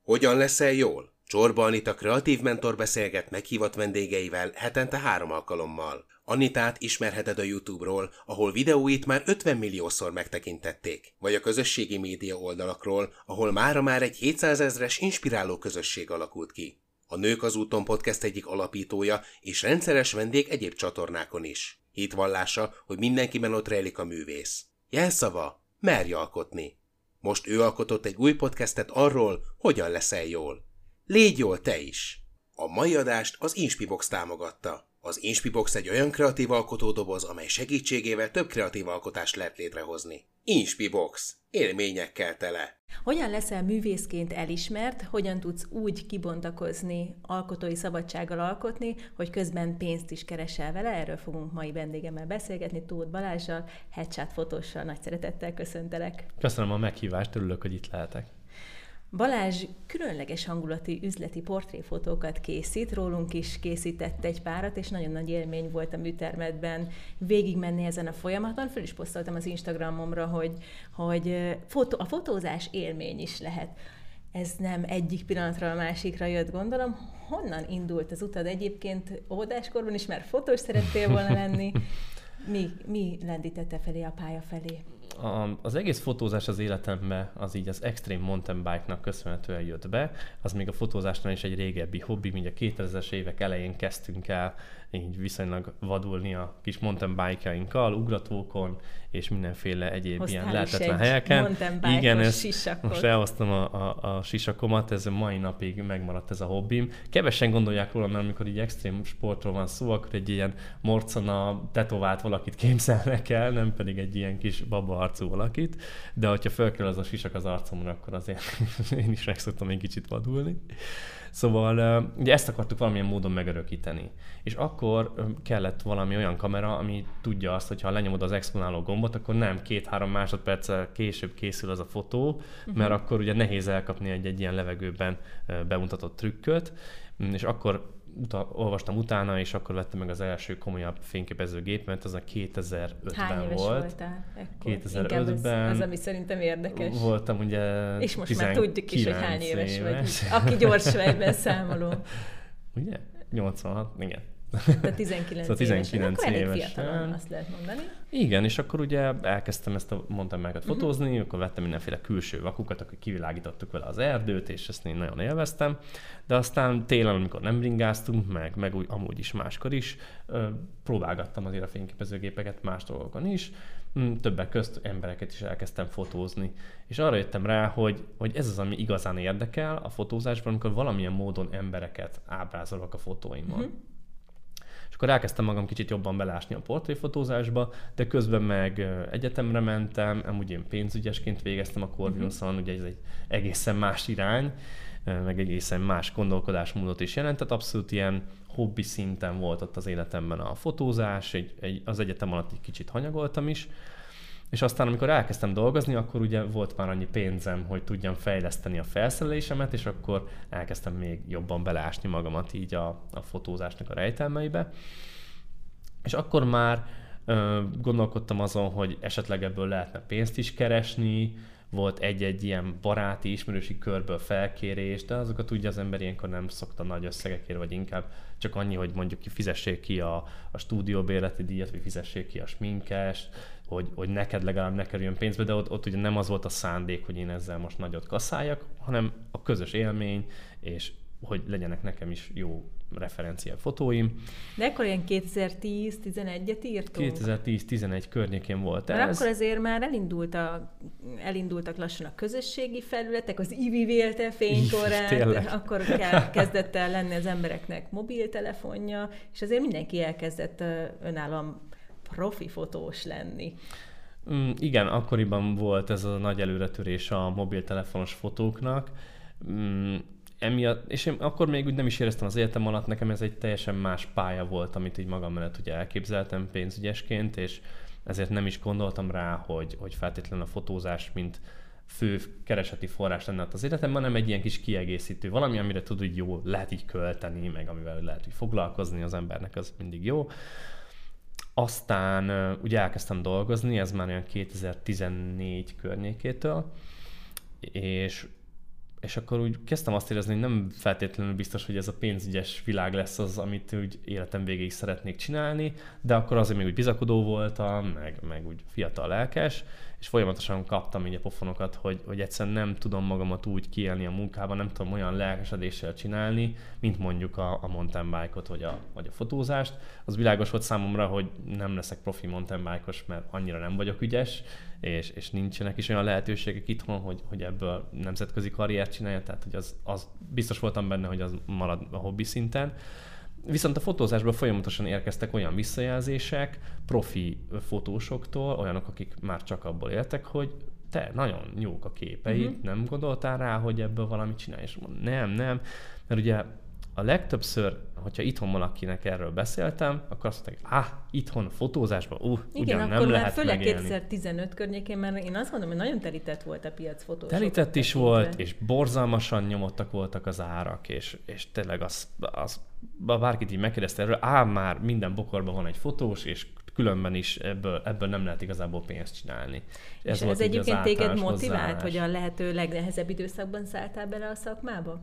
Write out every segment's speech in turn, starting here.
Hogyan leszel jól? Csorba Anita kreatív mentor beszélget meghívott vendégeivel hetente 3 alkalommal. Anitát ismerheted a YouTube-ról, ahol videóit már 50 milliószor megtekintették, vagy a közösségi média oldalakról, ahol mára már egy 700 000-es inspiráló közösség alakult ki. A Nők az úton podcast egyik alapítója és rendszeres vendég egyéb csatornákon is. Hitvallása, hogy mindenkiben ott rejlik a művész. Jelszava: merj alkotni. Most ő alkotott egy új podcastet arról, hogyan leszel jól. Légy jól te is! A mai adást az Inspibox támogatta. Az Inspibox egy olyan kreatív alkotódoboz, amely segítségével több kreatív alkotást lehet létrehozni. Inspibox. Élményekkel tele. Hogyan leszel művészként elismert, hogyan tudsz úgy kibontakozni, alkotói szabadsággal alkotni, hogy közben pénzt is keresel vele? Erről fogunk mai vendégemmel beszélgetni, Tóth Balázssal, headshot fotóssal. Nagy szeretettel köszöntelek. Köszönöm a meghívást, örülök, hogy itt lehetek. Balázs különleges hangulatú üzleti portréfotókat készít, rólunk is készített egy párat, és nagyon nagy élmény volt a műtermedben végigmenni ezen a folyamaton. Föl is posztoltam az Instagramomra, hogy a fotózás élmény is lehet. Ez nem egyik pillanatra a másikra jött, gondolom. Honnan indult az utad? Egyébként óvodáskorban is már fotós szerettél volna lenni. Mi lendítette felé a pálya felé? Az egész fotózás az életemben az így az Extreme Mountain Bike-nak köszönhetően jött be. Az még a fotózásnál is egy régebbi hobbi, mint a 2000-es évek elején kezdtünk el így viszonylag vadulni a kis mountain bike-jainkkal, ugratókon és mindenféle egyéb hoztál ilyen lehetetlen helyeken. Igen, most elhoztam a sisakomat, ez a mai napig megmaradt ez a hobbim. Kevesen gondolják róla, mert amikor így extrém sportról van szó, akkor egy ilyen morcana, tetovált valakit képzelnek el, nem pedig egy ilyen kis baba arcú valakit, de hogyha felkerül az a sisak az arcomra, akkor azért én is meg szoktam egy kicsit vadulni. Szóval ugye ezt akartuk valamilyen módon megörökíteni. És akkor kellett valami olyan kamera, ami tudja azt, hogy ha lenyomod az exponáló gombot, akkor nem 2-3 másodperccel később készül az a fotó, mert akkor ugye nehéz elkapni egy ilyen levegőben bemutatott trükköt, és akkor olvastam utána, és akkor vettem meg az első komolyabb fényképezőgépemet, az a 2005-ben Hány éves volt. Voltál ekkor? 2005-ben. Az, ami szerintem érdekes. Voltam ugye és most már tudjuk is, hogy hány éves éves. vagy. Aki gyors fejben számoló. Ugye? 86, igen. De 19 szóval 19 évesen. Akkor elég évesen. fiatalon, azt lehet mondani. Igen, és akkor ugye elkezdtem ezt a mountain bike-ot fotózni, akkor vettem mindenféle külső vakukat, akkor kivilágítottuk vele az erdőt, és ezt én nagyon élveztem. De aztán télen, amikor nem bringáztunk, meg úgy, amúgy is máskor is, próbálgattam azért a fényképezőgépeket más dolgokon is, többek közt embereket is elkezdtem fotózni. És arra jöttem rá, hogy ez az, ami igazán érdekel a fotózásban, amikor valamilyen módon embereket ábrázolok a fotóimon. És akkor elkezdtem magam kicsit jobban belásni a portréfotózásba, de közben meg egyetemre mentem, amúgy én pénzügyesként végeztem a Corvinuson, ugye ez egy egészen más irány, meg egészen más gondolkodásmódot is jelent, tehát abszolút ilyen hobbi szinten volt ott az életemben a fotózás, az egyetem alatt egy kicsit hanyagoltam is, és aztán, amikor elkezdtem dolgozni, akkor ugye volt már annyi pénzem, hogy tudjam fejleszteni a felszerelésemet, és akkor elkezdtem még jobban beleásni magamat így a fotózásnak a rejtelmeibe. És akkor már gondolkodtam azon, hogy esetleg ebből lehetne pénzt is keresni, volt egy-egy ilyen baráti, ismerősi körből felkérés, de azokat ugye az ember ilyenkor nem szokta nagy összegekért, vagy inkább csak annyi, hogy mondjuk fizessék ki a stúdióbérleti díjat, vagy fizessék ki a sminkest, hogy neked legalább ne kerüljön pénzbe, de ott ugye nem az volt a szándék, hogy én ezzel most nagyot kaszáljak, hanem a közös élmény, és hogy legyenek nekem is jó referencia fotóim. De akkor ilyen 2010-11-et írtunk? 2010-11 környékén volt ez. Mert akkor azért már elindultak lassan a közösségi felületek, az Ivi vélte fénykorát, akkor kezdett el lenni az embereknek mobiltelefonja, és azért mindenki elkezdett önállóan profi fotós lenni. Igen, akkoriban volt ez a nagy előretörés a mobiltelefonos fotóknak. Emiatt, és én akkor még úgy nem is éreztem az életem alatt, nekem ez egy teljesen más pálya volt, amit így magam mellett ugye elképzeltem pénzügyesként, és ezért nem is gondoltam rá, hogy feltétlenül a fotózás, mint fő kereseti forrás lenne az életemben, hanem egy ilyen kis kiegészítő, valami, amire tud, hogy jó, lehet így költeni, meg amivel lehet így foglalkozni az embernek, az mindig jó. Aztán ugye elkezdtem dolgozni, ez már olyan 2014 környékétől, és És akkor úgy kezdtem azt érezni, hogy nem feltétlenül biztos, hogy ez a pénzügyes világ lesz az, amit úgy életem végéig szeretnék csinálni, de akkor azért még úgy bizakodó voltam, meg úgy fiatal lelkes, és folyamatosan kaptam így a pofonokat, hogy egyszerűen nem tudom magamat úgy kiélni a munkában, nem tudom olyan lelkesedéssel csinálni, mint mondjuk a mountain bike-ot vagy a fotózást. Az világos volt számomra, hogy nem leszek profi mountain bike-os, mert annyira nem vagyok ügyes, és nincsenek is olyan lehetőségek itthon, hogy ebből nemzetközi karriert csinálja, tehát hogy az biztos voltam benne, hogy az marad a hobbi szinten. Viszont a fotózásban folyamatosan érkeztek olyan visszajelzések profi fotósoktól, olyanok, akik már csak abból éltek, hogy te, nagyon jók a képeid, nem gondoltál rá, hogy ebből valamit csinálj? És mondom, nem, mert ugye a legtöbbször, hogyha itthon valakinek erről beszéltem, akkor azt mondták, itthon fotózásban, ugyan nem akkor lehet főleg megélni. 2015 környékén, mert én azt mondom, hogy nagyon telített volt a piac fotósok. Telített is volt, és borzalmasan nyomottak voltak az árak, és tényleg bárkit így megkérdezte erről, már minden bokorban van egy fotós, és különben is ebből nem lehet igazából pénzt csinálni. És ez egyébként téged motivált, hogy a lehető legnehezebb időszakban szálltál bele a szakmába?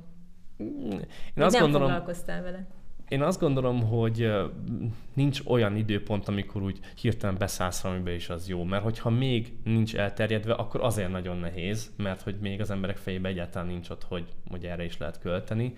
Nem foglalkoztál vele? Én azt gondolom, hogy nincs olyan időpont, amikor úgy hirtelen beszállsz valamibe is az jó, mert hogyha még nincs elterjedve, akkor azért nagyon nehéz, mert hogy még az emberek fejében egyáltalán nincs ott, hogy erre is lehet költeni.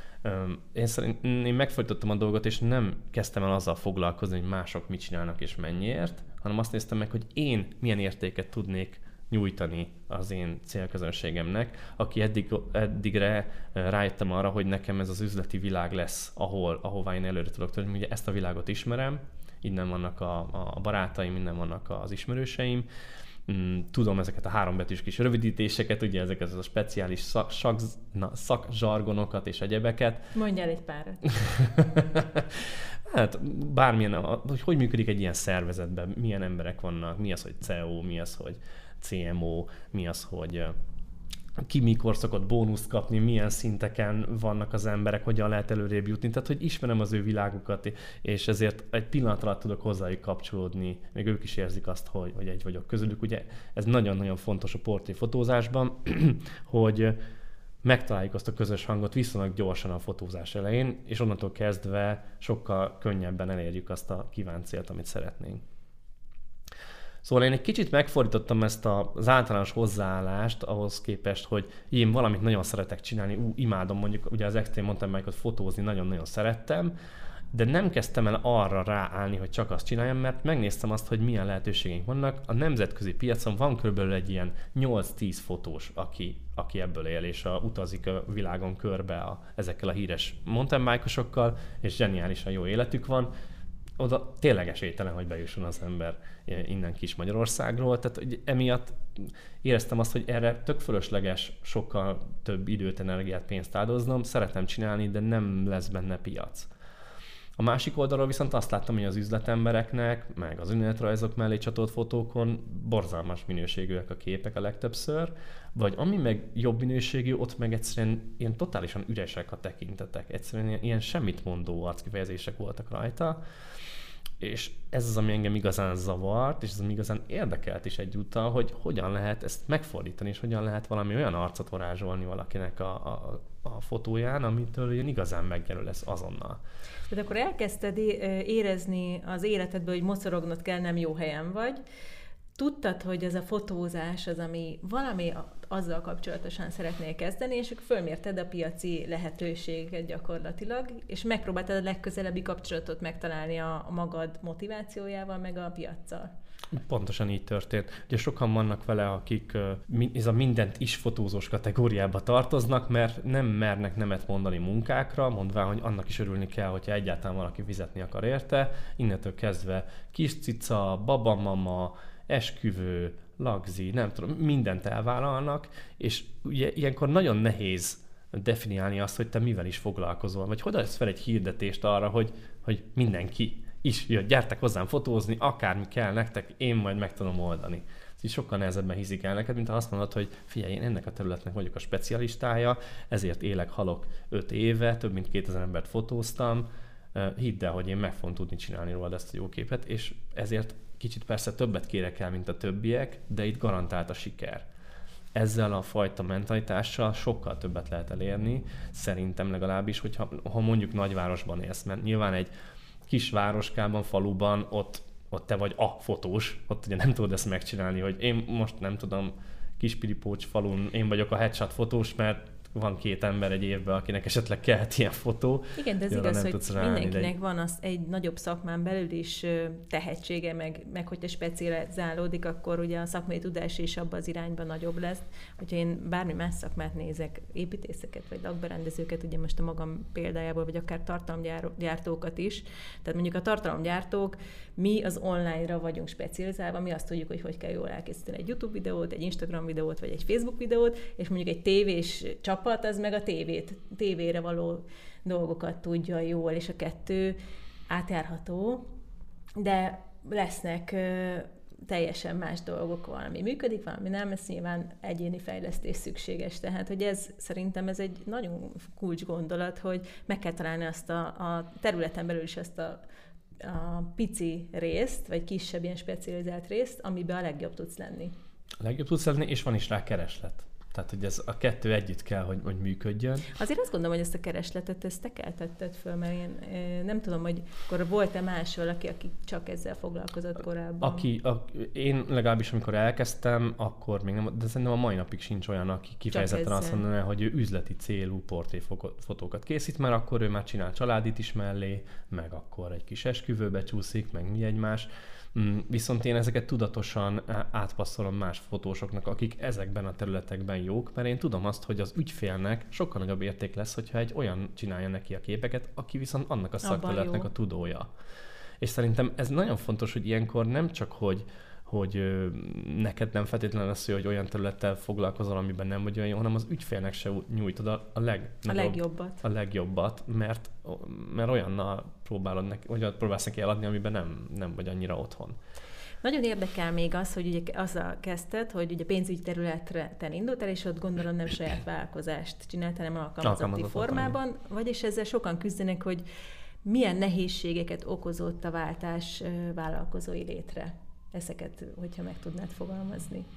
Én megfordítottam a dolgot, és nem kezdtem el azzal foglalkozni, hogy mások mit csinálnak és mennyiért, hanem azt néztem meg, hogy én milyen értéket tudnék nyújtani az én célközönségemnek, aki eddigre rájöttem arra, hogy nekem ez az üzleti világ lesz, ahová én előre tudok törni. Ugye ezt a világot ismerem, innen vannak a barátaim, innen vannak az ismerőseim, tudom ezeket a 3 betűs kis rövidítéseket, ugye ezeket a speciális szakzsargonokat és egyebeket. Mondj el egy párat. Hát bármilyen, hogy működik egy ilyen szervezetben, milyen emberek vannak, mi az, hogy CEO, mi az, hogy CMO, mi az, hogy ki mikor szokott bónuszt kapni, milyen szinteken vannak az emberek, hogyan lehet előrébb jutni. Tehát, hogy ismerem az ő világukat, és ezért egy pillanat alatt tudok hozzájuk kapcsolódni, még ők is érzik azt, hogy egy vagyok közülük. Ugye ez nagyon-nagyon fontos a portréfotózásban, hogy megtaláljuk azt a közös hangot viszonylag gyorsan a fotózás elején, és onnantól kezdve sokkal könnyebben elérjük azt a kívánt célt, amit szeretnénk. Szóval én egy kicsit megfordítottam ezt az általános hozzáállást ahhoz képest, hogy én valamit nagyon szeretek csinálni, imádom mondjuk ugye az extreme mountain bike-ot fotózni, nagyon-nagyon szerettem, de nem kezdtem el arra ráállni, hogy csak azt csináljam, mert megnéztem azt, hogy milyen lehetőségeink vannak. A nemzetközi piacon van körülbelül egy ilyen 8-10 fotós, aki ebből él, és utazik a világon körbe ezekkel a híres mountain bike-osokkal, és zseniálisan jó életük van. Oda tényleg esélytelen, hogy bejusson az ember innen kis Magyarországról. Tehát emiatt éreztem azt, hogy erre tök fölösleges, sokkal több időt, energiát, pénzt áldoznom. Szeretem csinálni, de nem lesz benne piac. A másik oldalról viszont azt láttam, hogy az üzletembereknek, meg az önéletrajzok mellé csatolt fotókon borzalmas minőségűek a képek a legtöbbször, vagy ami meg jobb minőségű, ott meg egyszerűen ilyen totálisan üresek a tekintetek. Egyszerűen ilyen semmit mondó arckifejezések voltak rajta. És ez az, ami engem igazán zavart, és ez ami igazán érdekelt is egyúttal, hogy hogyan lehet ezt megfordítani, és hogyan lehet valami olyan arcot varázsolni valakinek a fotóján, amitől ilyen igazán megjelöl lesz azonnal. Tehát akkor elkezdted érezni az életedből, hogy mocorognod kell, nem jó helyen vagy. Tudtad, hogy ez a fotózás az, ami valami azzal kapcsolatosan szeretnél kezdeni, és fölmérted a piaci lehetőséget gyakorlatilag, és megpróbáltad a legközelebbi kapcsolatot megtalálni a magad motivációjával, meg a piaccal. Pontosan így történt. Ugye sokan vannak vele, akik ez a mindent is fotózós kategóriába tartoznak, mert nem mernek nemet mondani munkákra, mondván, hogy annak is örülni kell, hogyha egyáltalán valaki fizetni akar érte. Innentől kezdve kis cica, babamama, esküvő, lagzi, nem tudom, mindent elvállalnak, és ugye ilyenkor nagyon nehéz definiálni azt, hogy te mivel is foglalkozol, vagy hogy adsz fel egy hirdetést arra, hogy mindenki is jön, gyertek hozzám fotózni, akármi kell nektek, én majd meg tudom oldani. Ez így sokkal nehezebben hízik el neked, mint ha azt mondod, hogy figyelj, én ennek a területnek vagyok a specialistája, ezért élek, halok 5 éve, több mint 2000 embert fotóztam, hidd el, hogy én meg fogom tudni csinálni róla ezt a jó képet, és ezért kicsit persze többet kérek el, mint a többiek, de itt garantált a siker. ezzel a fajta mentalitással sokkal többet lehet elérni, szerintem legalábbis, hogyha mondjuk nagyvárosban élsz, mert nyilván egy kis városkában, faluban, ott te vagy a fotós, ott ugye nem tudod ezt megcsinálni, hogy én most nem tudom, Kispiripócs falun én vagyok a headshot fotós, mert van 2 ember egy évben, akinek esetleg kellett ilyen fotó. Igen, de ez igaz, hogy mindenkinek van az egy nagyobb szakmán belül is tehetsége, meg hogyha specializálódik, akkor ugye a szakmai tudás is abban az irányban nagyobb lesz. Hogyha én bármi más szakmát nézek, építészeket, vagy lakberendezőket, ugye most a magam példájából, vagy akár tartalomgyártókat is. Tehát mondjuk a tartalomgyártók, mi az online-ra vagyunk specializálva, mi azt tudjuk, hogy kell jól elkészíteni egy YouTube videót, egy Instagram videót, vagy egy Facebook videót, és mondjuk egy tévés csapat, az meg a tévére való dolgokat tudja jól, és a 2 átjárható, de lesznek teljesen más dolgok, valami működik, valami nem, ez nyilván egyéni fejlesztés szükséges. Tehát, hogy szerintem ez egy nagyon kulcs gondolat, hogy meg kell találni azt a területen belül is azt a pici részt, vagy kisebb ilyen specializált részt, amiben a legjobb tudsz lenni. A legjobb tudsz lenni, és van is rá kereslet. Tehát, hogy ez a 2 együtt kell, hogy működjön. Azért azt gondolom, hogy ezt a keresletet, ezt te keltetted föl, mert én nem tudom, hogy akkor volt-e más valaki, aki csak ezzel foglalkozott korábban? Én legalábbis, amikor elkezdtem, akkor még nem, de szerintem a mai napig sincs olyan, aki kifejezetten azt mondaná, hogy ő üzleti célú portréfotókat készít, mert akkor ő már csinál családit is mellé, meg akkor egy kis esküvőbe csúszik, meg mi egymás. Viszont én ezeket tudatosan átpasszolom más fotósoknak, akik ezekben a területekben jók, mert én tudom azt, hogy az ügyfélnek sokkal nagyobb érték lesz, hogyha egy olyan csinálja neki a képeket, aki viszont annak a szakterületnek a tudója. És szerintem ez nagyon fontos, hogy ilyenkor nem csak, hogy neked nem feltétlenül lesz, hogy olyan területtel foglalkozol, amiben nem vagy olyan jó, hanem az ügyfélnek se nyújtod a legjobbat, mert olyannal próbálsz neki eladni, amiben nem vagy annyira otthon. Nagyon érdekel még az, hogy ugye azzal kezdted, hogy ugye pénzügyi területre indultál, és ott gondolom nem saját vállalkozást csináltál, hanem alkalmazotti formában, vagyis ezzel sokan küzdenek, hogy milyen nehézségeket okozott a váltás vállalkozói létre. Ezeket, hogyha meg tudnád fogalmazni.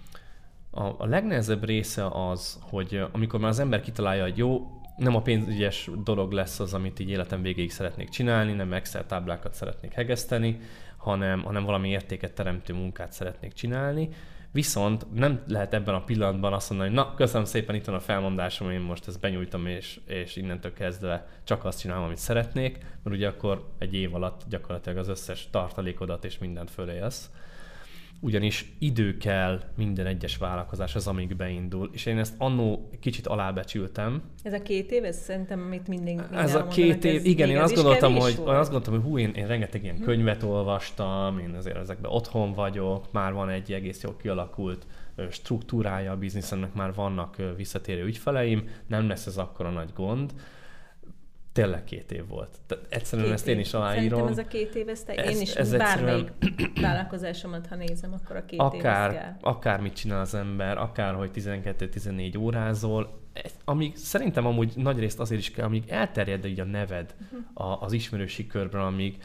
A legnehezebb része az, hogy amikor már az ember kitalálja, hogy jó, nem a pénzügyes dolog lesz az, amit így életem végéig szeretnék csinálni, nem Excel táblákat szeretnék hegeszteni, hanem valami értéket teremtő munkát szeretnék csinálni. Viszont nem lehet ebben a pillanatban azt mondani, hogy na, köszönöm szépen, itt van a felmondásom, én most ezt benyújtom, és innentől kezdve csak azt csinálom, amit szeretnék, mert ugye akkor egy év alatt gyakorlatilag az összes tartalékodat és mindent fölélsz. Ugyanis idő kell minden egyes vállalkozáshoz, amíg beindul, és én ezt annó kicsit alábecsültem. Ez a 2 év, ez szerintem, amit mindig ez a 2 év, igen, én azt gondoltam, hogy hú, én rengeteg ilyen könyvet olvastam, én azért ezekben otthon vagyok, már van egy egész jól kialakult struktúrája a bizniszemnek, már vannak visszatérő ügyfeleim, nem lesz ez akkora nagy gond. Tényleg 2 év volt. Tehát egyszerűen ezt én is aláírom. Szerintem ez a 2 év, én is bármelyik vállalkozásomat, ha nézem, akkor a 2 év kell. Akármit csinál az ember, akárhogy 12-14 órázol, amíg szerintem amúgy nagyrészt azért is kell, amíg elterjed így a neved az ismerősi körben,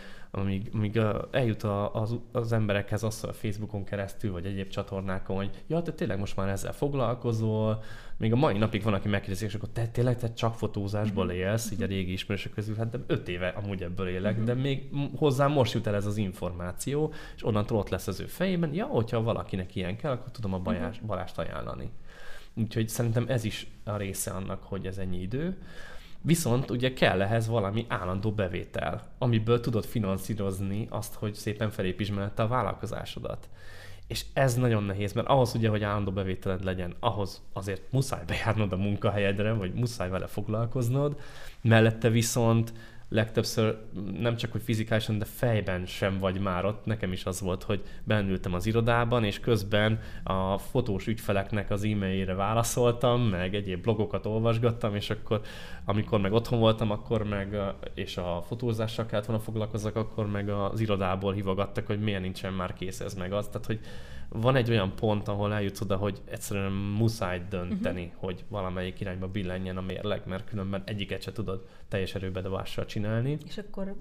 amíg eljut az emberekhez az a Facebookon keresztül, vagy egyéb csatornákon, hogy ja, te tényleg most már ezzel foglalkozol, még a mai napig van, aki megkérdezi, és akkor te csak fotózásból élsz, így a régi ismerősök közül, hát de 5 éve amúgy ebből élek, de még hozzám most jut el ez az információ, és onnantól ott lesz az ő fejében, ja, hogyha valakinek ilyen kell, akkor tudom a Balást ajánlani. Úgyhogy szerintem ez is a része annak, hogy ez ennyi idő. Viszont ugye kell ehhez valami állandó bevétel, amiből tudod finanszírozni azt, hogy szépen felépítsd mellette a vállalkozásodat. És ez nagyon nehéz, mert ahhoz ugye, hogy állandó bevételed legyen, ahhoz azért muszáj bejárnod a munkahelyedre, vagy muszáj vele foglalkoznod, mellette viszont legtöbbször nem csak, hogy fizikálisan, de fejben sem vagy már ott. Nekem is az volt, hogy bennültem az irodában, és közben a fotós ügyfeleknek az e-mailjére válaszoltam, meg egyéb blogokat olvasgattam, és akkor, amikor meg otthon voltam, akkor meg, és a fotózással kellett volna foglalkozzak, akkor meg az irodából hívogattak, hogy miért nincsen már kész ez meg az. Tehát, hogy van egy olyan pont, ahol eljutsz oda, hogy egyszerűen muszáj dönteni, hogy valamelyik irányba billenjen a mérleg, mert különben egyiket se tudod teljes erőbedobással csinálni. És akkor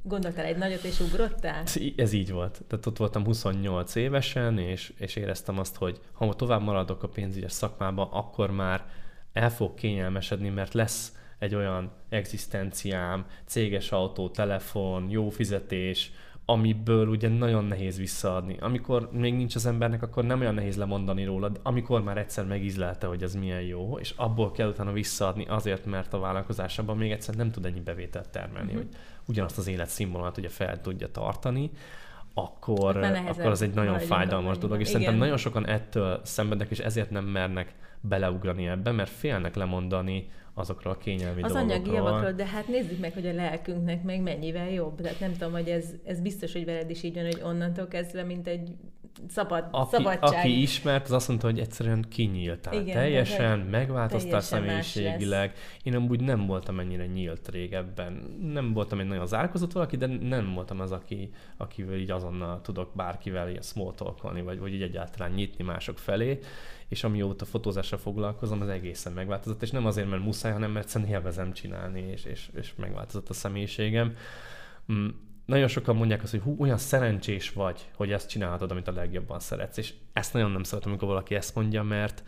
Gondoltál egy nagyot és ugrottál? Ez így volt. Tehát ott voltam 28 évesen, és éreztem azt, hogy ha tovább maradok a pénzügyes szakmában, akkor már el fog kényelmesedni, mert lesz egy olyan egzisztenciám, céges autó, telefon, jó fizetés, amiből ugye nagyon nehéz visszaadni. Amikor még nincs az embernek, akkor nem olyan nehéz lemondani róla, de amikor már egyszer megízlelte, hogy ez milyen jó, és abból kell utána visszaadni azért, mert a vállalkozásában még egyszer nem tud ennyi bevételt termelni, hogy ugyanazt az életszínvonalat ugye fel tudja tartani, akkor az egy nagyon fájdalmas dolog, és szerintem nagyon sokan ettől szenvednek, és ezért nem mernek beleugrani ebbe, mert félnek lemondani azokról a kényelmi dolgokról. Az anyagi javakról, de hát nézzük meg, hogy a lelkünknek meg mennyivel jobb. Tehát nem tudom, hogy ez biztos, hogy veled is így van, hogy onnantól kezdve, mint egy szabadság. Aki ismert, az azt mondta, hogy egyszerűen kinyíltál. Igen, teljesen, megváltoztál személyiségileg. Én amúgy nem voltam ennyire nyílt régebben. Nem voltam egy nagyon zárkózott valaki, de nem voltam az, akivel így azonnal tudok bárkivel ilyen small talkolni, vagy így egyáltalán nyitni mások felé. És amióta fotózással foglalkozom, az egészen megváltozott, és nem azért, mert muszáj, hanem mert egyszerűen élvezem csinálni, és megváltozott a személyiségem. Nagyon sokan mondják azt, hogy olyan szerencsés vagy, hogy ezt csinálhatod, amit a legjobban szeretsz, és ezt nagyon nem szeretem, amikor valaki ezt mondja, mert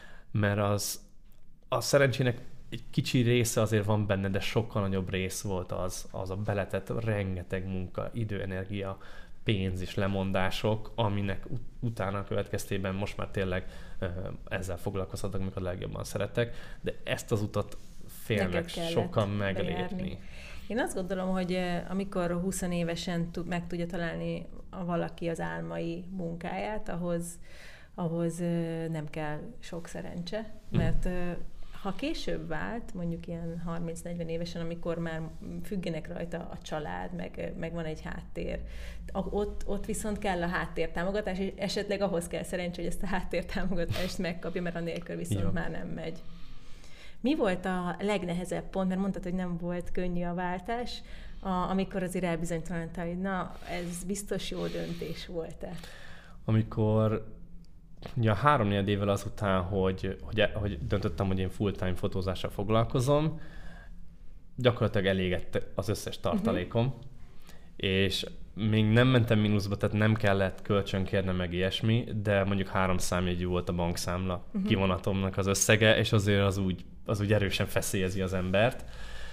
a szerencsének egy kicsi része azért van benne, de sokkal nagyobb rész volt az a beletett rengeteg munka, idő, energia, pénz és lemondások, aminek utána a következtében most már tényleg ezzel foglalkozhatok, amikor a legjobban szeretek, de ezt az utat félnek sokan meglépni. Én azt gondolom, hogy amikor 20 évesen meg tudja találni valaki az álmai munkáját, ahhoz nem kell sok szerencse, mert ha később vált, mondjuk ilyen 30-40 évesen, amikor már függenek rajta a család, meg van egy háttér, ott viszont kell a háttértámogatás, és esetleg ahhoz kell szerencsé, hogy ezt a háttértámogatást megkapja, mert anélkül viszont már nem megy. Mi volt a legnehezebb pont, mert mondtad, hogy nem volt könnyű a váltás, amikor azért elbizonytalanítál, hogy na, ez biztos jó döntés volt-e? Amikor ugye 3-4 évvel azután, hogy döntöttem, hogy én full-time fotózással foglalkozom, gyakorlatilag elégett az összes tartalékom, és még nem mentem mínuszba, tehát nem kellett kölcsönkérne meg ilyesmi, de mondjuk 3 számjegyű volt a bankszámla kivonatomnak az összege, és azért az úgy erősen feszélyezi az embert.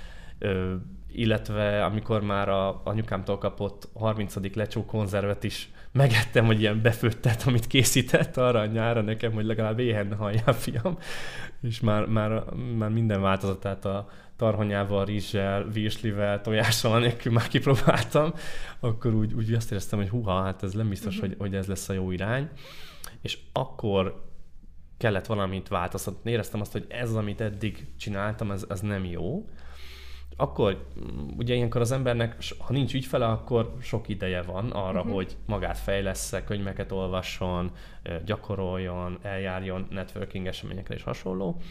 Illetve amikor már a anyukámtól kapott 30. lecsó konzervet is megettem, hogy ilyen befőttet, amit készített arra a nyára nekem, hogy legalább éhen ne halljál, fiam. És már minden változatát a tarhonyával, rizssel, virslivel, tojással nélkül már kipróbáltam, akkor úgy azt éreztem, hogy húha, hát ez nem biztos, hogy ez lesz a jó irány. És akkor kellett valamit változtatni. Éreztem azt, hogy ez, amit eddig csináltam, ez nem jó. Akkor ugye ilyenkor az embernek, ha nincs ügyfele, akkor sok ideje van arra, hogy magát fejlessze, könyveket olvasson, gyakoroljon, eljárjon networking eseményekre és hasonló.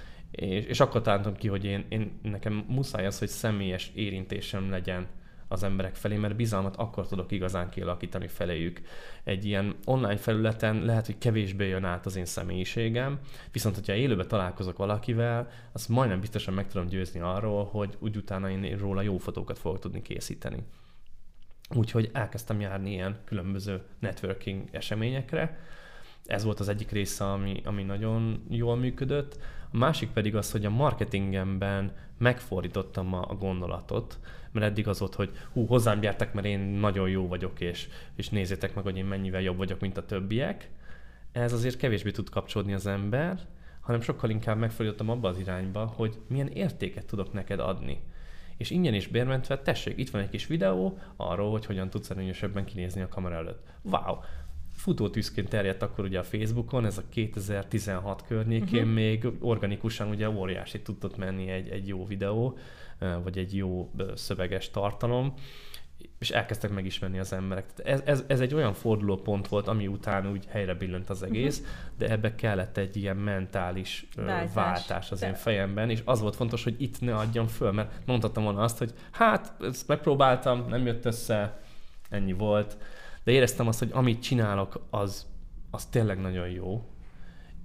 És akkor találtam ki, hogy nekem muszáj az, hogy személyes érintésem legyen az emberek felé, mert bizalmat akkor tudok igazán kialakítani feléjük. Egy ilyen online felületen lehet, hogy kevésbé jön át az én személyiségem, viszont hogyha élőben találkozok valakivel, azt majdnem biztosan meg tudom győzni arról, hogy úgy utána én róla jó fotókat fogok tudni készíteni. Úgyhogy elkezdtem járni ilyen különböző networking eseményekre. Ez volt az egyik része, ami nagyon jól működött. A másik pedig az, hogy a marketingemben megfordítottam a gondolatot, mert eddig az volt, hogy hozzám gyertek, mert én nagyon jó vagyok, és nézzétek meg, hogy én mennyivel jobb vagyok, mint a többiek. Ez azért kevésbé tud kapcsolódni az ember, hanem sokkal inkább megfordítottam abba az irányba, hogy milyen értéket tudok neked adni. És ingyen is bérmentve, tessék, itt van egy kis videó arról, hogy hogyan tudsz előnyösebben kinézni a kamera előtt. Wow! Futótűzként terjedt akkor ugye a Facebookon, ez a 2016 környékén még organikusan ugye óriási tudott menni egy jó videó, vagy egy jó szöveges tartalom, és elkezdtek megismerni az emberek. Ez egy olyan fordulópont volt, ami után úgy helyre billent az egész, de ebbe kellett egy ilyen mentális váltás az én fejemben, és az volt fontos, hogy itt ne adjam föl, mert mondhattam volna azt, hogy hát, ezt megpróbáltam, nem jött össze, ennyi volt, de éreztem azt, hogy amit csinálok, az tényleg nagyon jó,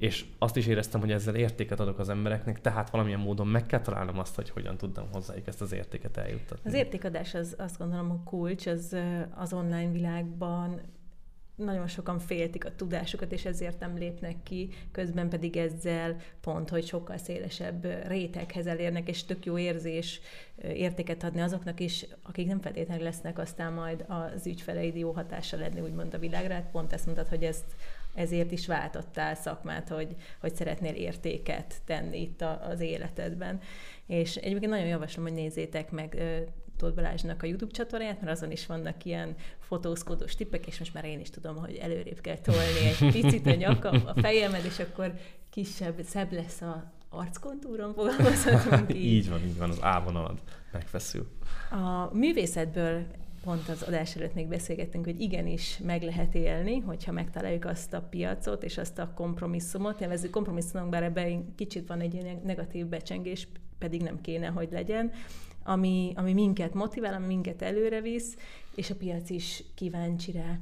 és azt is éreztem, hogy ezzel értéket adok az embereknek, tehát valamilyen módon meg kell találnom azt, hogy hogyan tudtam hozzájuk ezt az értéket eljuttatni. Az értékadás az azt gondolom, a kulcs, az online világban nagyon sokan féltik a tudásukat, és ezért nem lépnek ki, közben pedig ezzel pont, hogy sokkal szélesebb réteghez elérnek, és tök jó érzés értéket adni azoknak is, akik nem feltétlenül lesznek aztán majd az ügyfeleid jó hatással lenni, úgymond a világra. Hát pont ezt mondtad, hogy ezért is váltottál szakmát, hogy szeretnél értéket tenni itt az életedben. És egyébként nagyon javaslom, hogy nézzétek meg Tóth Balázsnak a YouTube csatornáját, mert azon is vannak ilyen fotózkodós tippek, és most már én is tudom, hogy előrébb kell tolni egy picit a nyakam, a fejemed, és akkor szebb lesz a arckontúron, fogalmazhatunk így. Így van, az A-vonalad megfeszül. A művészetből pont az adás előtt még beszélgettünk, hogy igenis meg lehet élni, hogyha megtaláljuk azt a piacot és azt a kompromisszumot. Nevezzük kompromisszumnak, bár ebben kicsit van egy ilyen negatív becsengés, pedig nem kéne, hogy legyen, ami minket motivál, ami minket előre visz, és a piac is kíváncsi rá.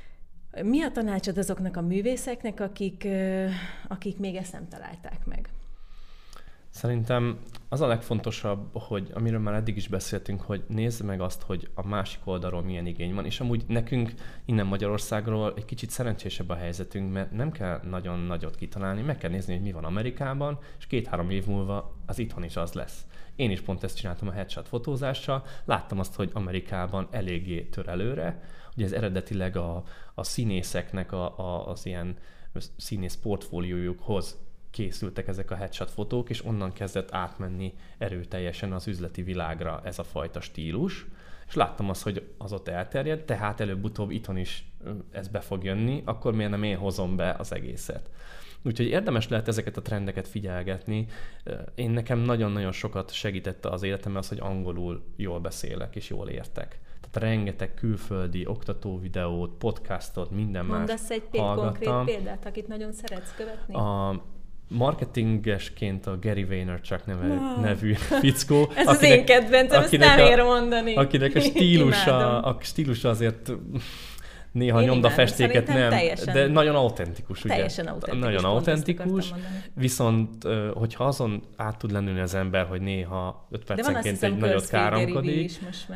Mi a tanácsod azoknak a művészeknek, akik még ezt nem találták meg? Szerintem az a legfontosabb, hogy amiről már eddig is beszéltünk, hogy nézd meg azt, hogy a másik oldalról milyen igény van, és amúgy nekünk innen Magyarországról egy kicsit szerencsésebb a helyzetünk, mert nem kell nagyon nagyot kitalálni, meg kell nézni, hogy mi van Amerikában, és 2-3 év múlva az itthon is az lesz. Én is pont ezt csináltam a headshot fotózással, láttam azt, hogy Amerikában eléggé tör előre, ugye ez eredetileg a színészeknek az ilyen színész portfóliójukhoz készültek ezek a headshot fotók, és onnan kezdett átmenni erőteljesen az üzleti világra ez a fajta stílus, és láttam azt, hogy az ott elterjed, tehát előbb-utóbb itthon is ez be fog jönni, akkor miért nem én hozom be az egészet. Úgyhogy érdemes lehet ezeket a trendeket figyelgetni. Nekem nagyon-nagyon sokat segítette az életemben az, hogy angolul jól beszélek és jól értek. Tehát rengeteg külföldi oktatóvideót, podcastot, minden más Mondasz egy konkrét példát, akit nagyon szeretsz követni? A marketingesként a Gary Vaynerchuk nevű fickó. Ez az én kedvencem, ezt nem ér mondani. Akinek a stílusa azért néha nyomdafestéket nem, teljesen, de nagyon autentikus. Teljesen autentikus. Nagyon autentikus, viszont hogyha azon át tud lennülni az ember, hogy néha 5 percenként egy nagyot káromkodik,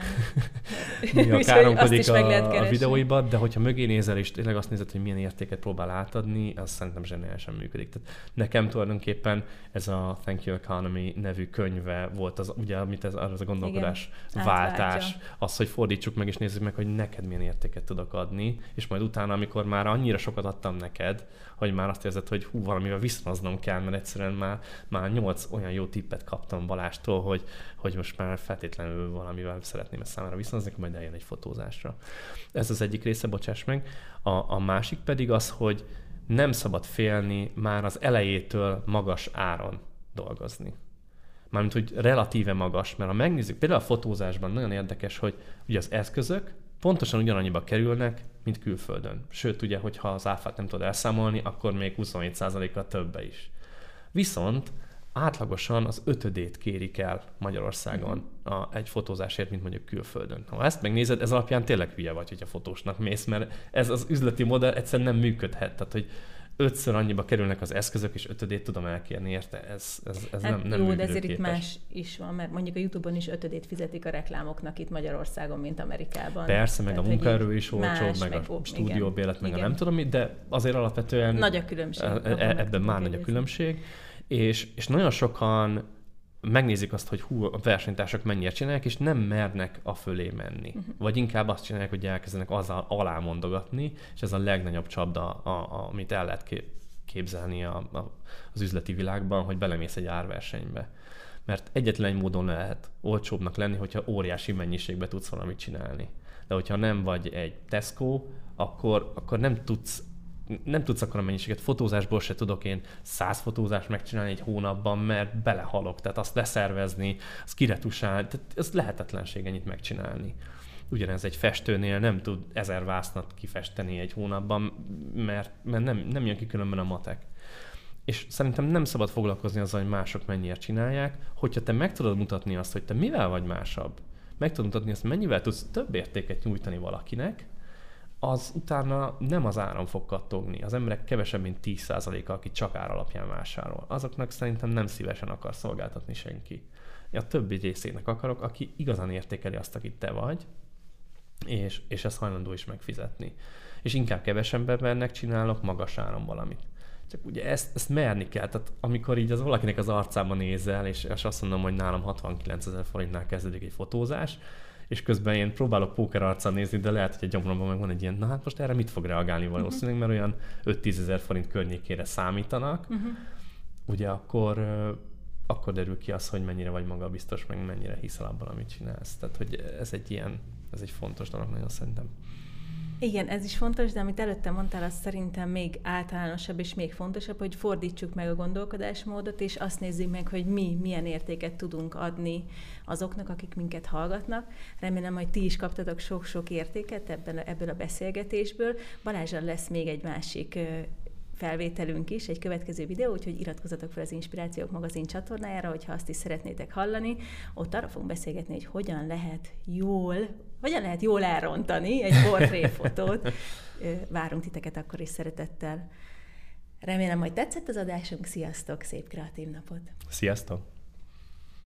néha káromkodik a videóiba, de hogyha mögé nézel és tényleg azt nézed, hogy milyen értéket próbál átadni, az szerintem zseniálisan működik. Tehát nekem tulajdonképpen ez a Thank You Economy nevű könyve volt az, ugye, amit az a gondolkodás váltás, az, hogy fordítsuk meg és nézzük meg, hogy neked milyen értéket tudok adni, és majd utána, amikor már annyira sokat adtam neked, hogy már azt érzed, hogy valamivel viszonoznom kell, mert egyszerűen már 8 olyan jó tippet kaptam Balástól, hogy most már feltétlenül valamivel szeretném ezt számára viszonozni, majd eljön egy fotózásra. Ez az egyik része, bocsáss meg. A másik pedig az, hogy nem szabad félni már az elejétől magas áron dolgozni. Mármint, hogy relatíve magas, mert ha megnézzük, például a fotózásban nagyon érdekes, hogy ugye az eszközök pontosan ugyanannyiba kerülnek, mint külföldön. Sőt, ugye, hogyha az áfát nem tudod elszámolni, akkor még 27%-kal többe is. Viszont átlagosan az 5-ödét kérik el Magyarországon egy fotózásért, mint mondjuk külföldön. Ha ezt megnézed, ez alapján tényleg hülye vagy, hogyha fotósnak mész, mert ez az üzleti modell egyszerűen nem működhet. Tehát, hogy 5-ször annyiba kerülnek az eszközök, és 5-ödét tudom elkérni érte. Ez hát nem jó, működőképes. De ezért itt más is van, mert mondjuk a YouTube-on is 5-ödét fizetik a reklámoknak itt Magyarországon, mint Amerikában. Persze, meg tehát, a munkaerő is olcsóbb, meg a stúdióbélet, meg a nem tudom mit, de azért alapvetően nagy a különbség. Ebben már nagy a különbség. És nagyon sokan megnézik azt, hogy a versenytársak mennyire csinálják, és nem mernek a fölé menni. Vagy inkább azt csinálják, hogy elkezdenek azzal alámondogatni, és ez a legnagyobb csapda, amit el lehet képzelni az üzleti világban, hogy belemész egy árversenybe. Mert egyetlen egy módon lehet olcsóbbnak lenni, hogyha óriási mennyiségbe tudsz valamit csinálni. De hogyha nem vagy egy Tesco, akkor nem tudsz akkor a mennyiséget. Fotózásból se tudok én 100 fotózást megcsinálni egy hónapban, mert belehalok. Tehát azt leszervezni, azt kiretusálni, tehát ez lehetetlenség ennyit megcsinálni. Ugyanez egy festőnél nem tud 1000 vásznat kifesteni egy hónapban, mert nem jön ki különben a matek. És szerintem nem szabad foglalkozni azzal, hogy mások mennyire csinálják, hogyha te meg tudod mutatni azt, hogy te mivel vagy másabb, meg tudod mutatni azt, mennyivel tudsz több értéket nyújtani valakinek, az utána nem az áram fog kattogni. Az emberek kevesebb, mint 10%-a, aki csak ár alapján vásárol. Azoknak szerintem nem szívesen akar szolgáltatni senki. A többi részének akarok, aki igazán értékeli azt, akit te vagy, és ezt hajlandó is megfizetni. És inkább kevesebb embernek csinálok magas áron valamit. Csak ugye ezt merni kell. Tehát amikor így az valakinek az arcába nézel, és azt mondom, hogy nálam 69 000 forintnál kezdődik egy fotózás, és közben én próbálok póker arccal nézni, de lehet, hogy a gyomromban meg van egy ilyen, na hát most erre mit fog reagálni valószínűleg, mert olyan 5-10 000 forint környékére számítanak, ugye akkor derül ki az, hogy mennyire vagy magabiztos, meg mennyire hiszel abban, amit csinálsz. Tehát, hogy ez egy fontos dolog nagyon szerintem. Igen, ez is fontos, de amit előtte mondtál, az szerintem még általánosabb és még fontosabb, hogy fordítsuk meg a gondolkodásmódot, és azt nézzük meg, hogy mi milyen értéket tudunk adni azoknak, akik minket hallgatnak. Remélem, hogy ti is kaptatok sok-sok értéket ebből a beszélgetésből. Balázsral lesz még egy másik felvételünk is, egy következő videó, úgyhogy iratkozzatok fel az Inspirációk magazin csatornájára, hogyha azt is szeretnétek hallani. Ott arra fogunk beszélgetni, hogy hogyan lehet jól elrontani egy portréfotót. Várunk titeket akkor is szeretettel. Remélem, hogy tetszett az adásunk. Sziasztok, szép kreatív napot! Sziasztok!